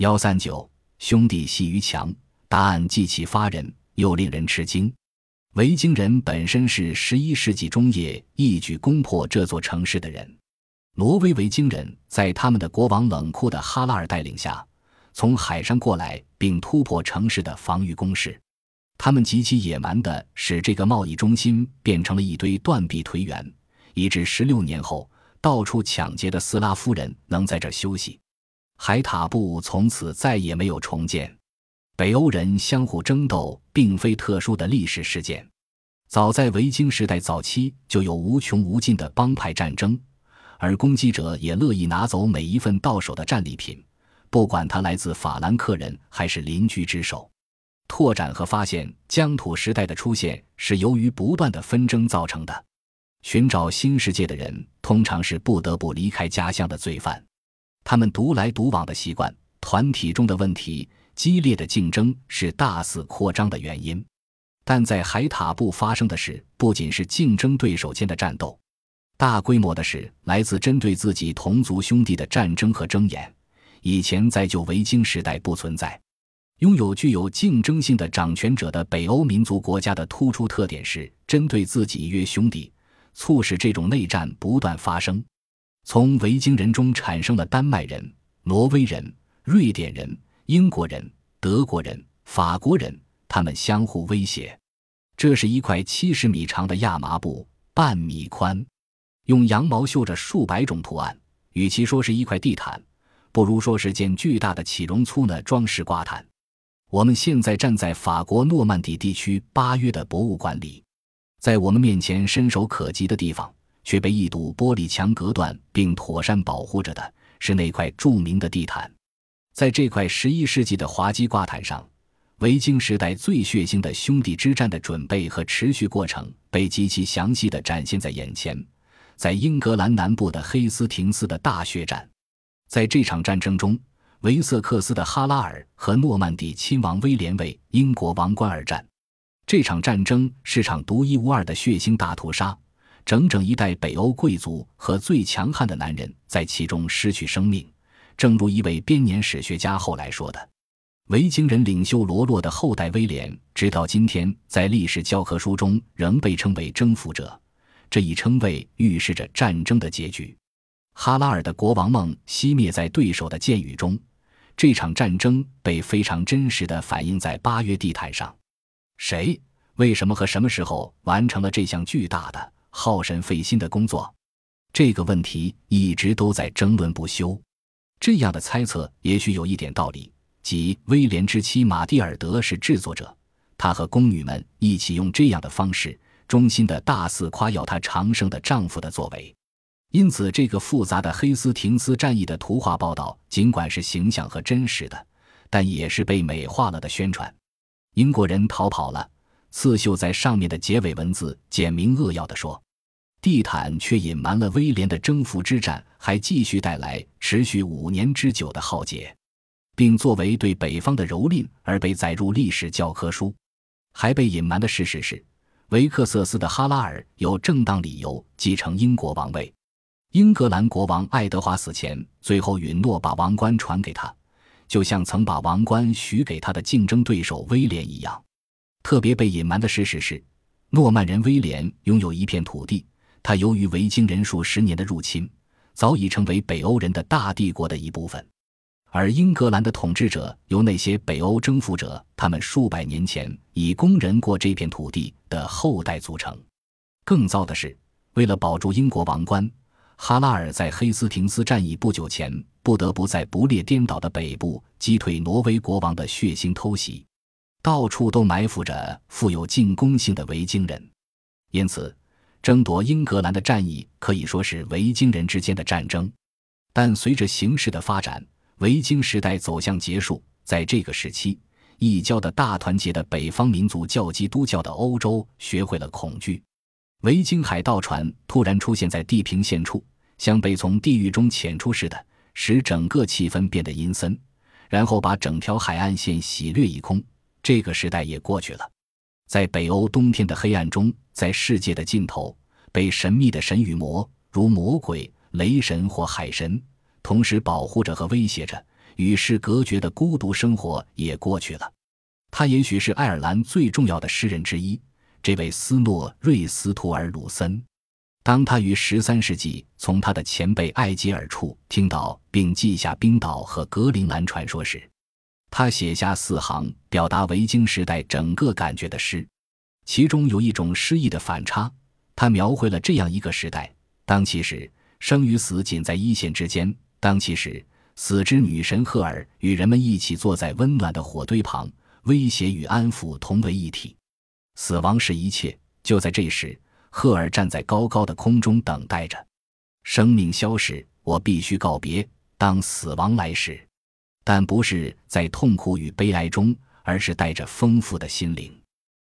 139兄弟戏于墙，答案既启发人，又令人吃惊。维京人本身是11世纪中叶一举攻破这座城市的人。挪威维京人在他们的国王冷酷的哈拉尔带领下，从海上过来并突破城市的防御工事。他们极其野蛮地使这个贸易中心变成了一堆断壁颓垣，以致16年后到处抢劫的斯拉夫人能在这儿休息。海塔布从此再也没有重建。北欧人相互争斗并非特殊的历史事件，早在维京时代早期就有无穷无尽的帮派战争，而攻击者也乐意拿走每一份到手的战利品，不管它来自法兰克人还是邻居之手。拓展和发现疆土时代的出现是由于不断的纷争造成的。寻找新世界的人通常是不得不离开家乡的罪犯，他们独来独往的习惯，团体中的问题，激烈的竞争是大肆扩张的原因。但在海塔布发生的事不仅是竞争对手间的战斗，大规模的是来自针对自己同族兄弟的战争和争眼，以前在旧维京时代不存在。拥有具有竞争性的掌权者的北欧民族国家的突出特点是针对自己约兄弟，促使这种内战不断发生。从维京人中产生了丹麦人、挪威人、瑞典人、英国人、德国人、法国人，他们相互威胁。这是一块70米长的亚麻布，半米宽，用羊毛绣着数百种图案，与其说是一块地毯，不如说是件巨大的起绒粗呢装饰挂毯。我们现在站在法国诺曼底地区巴约的博物馆里，在我们面前伸手可及的地方，却被一堵玻璃墙隔断并妥善保护着的是那块著名的地毯。在这块11世纪的滑稽挂毯上，维京时代最血腥的兄弟之战的准备和持续过程被极其详细地展现在眼前。在英格兰南部的黑斯廷斯的大血战，在这场战争中，维瑟克斯的哈拉尔和诺曼底亲王威廉为英国王冠而战。这场战争是场独一无二的血腥大屠杀，整整一代北欧贵族和最强悍的男人在其中失去生命。正如一位编年史学家后来说的，维京人领袖罗洛的后代威廉直到今天在历史教科书中仍被称为征服者，这一称谓预示着战争的结局。哈拉尔的国王梦熄灭在对手的箭雨中，这场战争被非常真实地反映在巴约地毯上。谁、为什么和什么时候完成了这项巨大的、耗神费心的工作？这个问题一直都在争论不休。这样的猜测也许有一点道理，即威廉之妻玛蒂尔德是制作者，她和宫女们一起用这样的方式，衷心地大肆夸耀她长生的丈夫的作为。因此这个复杂的黑斯廷斯战役的图画报道尽管是形象和真实的，但也是被美化了的宣传。英国人逃跑了，刺绣在上面的结尾文字简明扼要地说，地毯却隐瞒了威廉的征服之战还继续带来持续5年之久的浩劫，并作为对北方的蹂躏而被载入历史教科书。还被隐瞒的事实是，维克瑟斯的哈拉尔有正当理由继承英国王位。英格兰国王爱德华死前最后允诺把王冠传给他，就像曾把王冠许给他的竞争对手威廉一样。特别被隐瞒的事实是，诺曼人威廉拥有一片土地，他由于维京人数10年的入侵，早已成为北欧人的大帝国的一部分。而英格兰的统治者由那些北欧征服者他们数百年前已公人过这片土地的后代组成。更糟的是，为了保住英国王冠，哈拉尔在黑斯廷斯战役不久前不得不在不列颠岛的北部击退挪威国王的血腥偷袭。到处都埋伏着富有进攻性的维京人，因此争夺英格兰的战役可以说是维京人之间的战争。但随着形势的发展，维京时代走向结束，在这个时期，异教的大团结的北方民族教基督教的欧洲学会了恐惧。维京海盗船突然出现在地平线处，像被从地狱中遣出似的，使整个气氛变得阴森，然后把整条海岸线洗掠一空。这个时代也过去了。在北欧冬天的黑暗中，在世界的尽头，被神秘的神与魔，如魔鬼、雷神或海神，同时保护着和威胁着， 与世隔绝的孤独生活也过去了。他也许是爱尔兰最重要的诗人之一，这位斯诺瑞斯图尔鲁森。当他于13世纪从他的前辈艾吉尔处听到并记下冰岛和格陵兰传说时，他写下4行表达维京时代整个感觉的诗。其中有一种诗意的反差，他描绘了这样一个时代：当其时，生与死仅在一线之间；当其时，死之女神赫尔与人们一起坐在温暖的火堆旁，威胁与安抚同为一体。死亡是一切，就在这时，赫尔站在高高的空中等待着。生命消逝，我必须告别，当死亡来时。但不是在痛苦与悲哀中，而是带着丰富的心灵。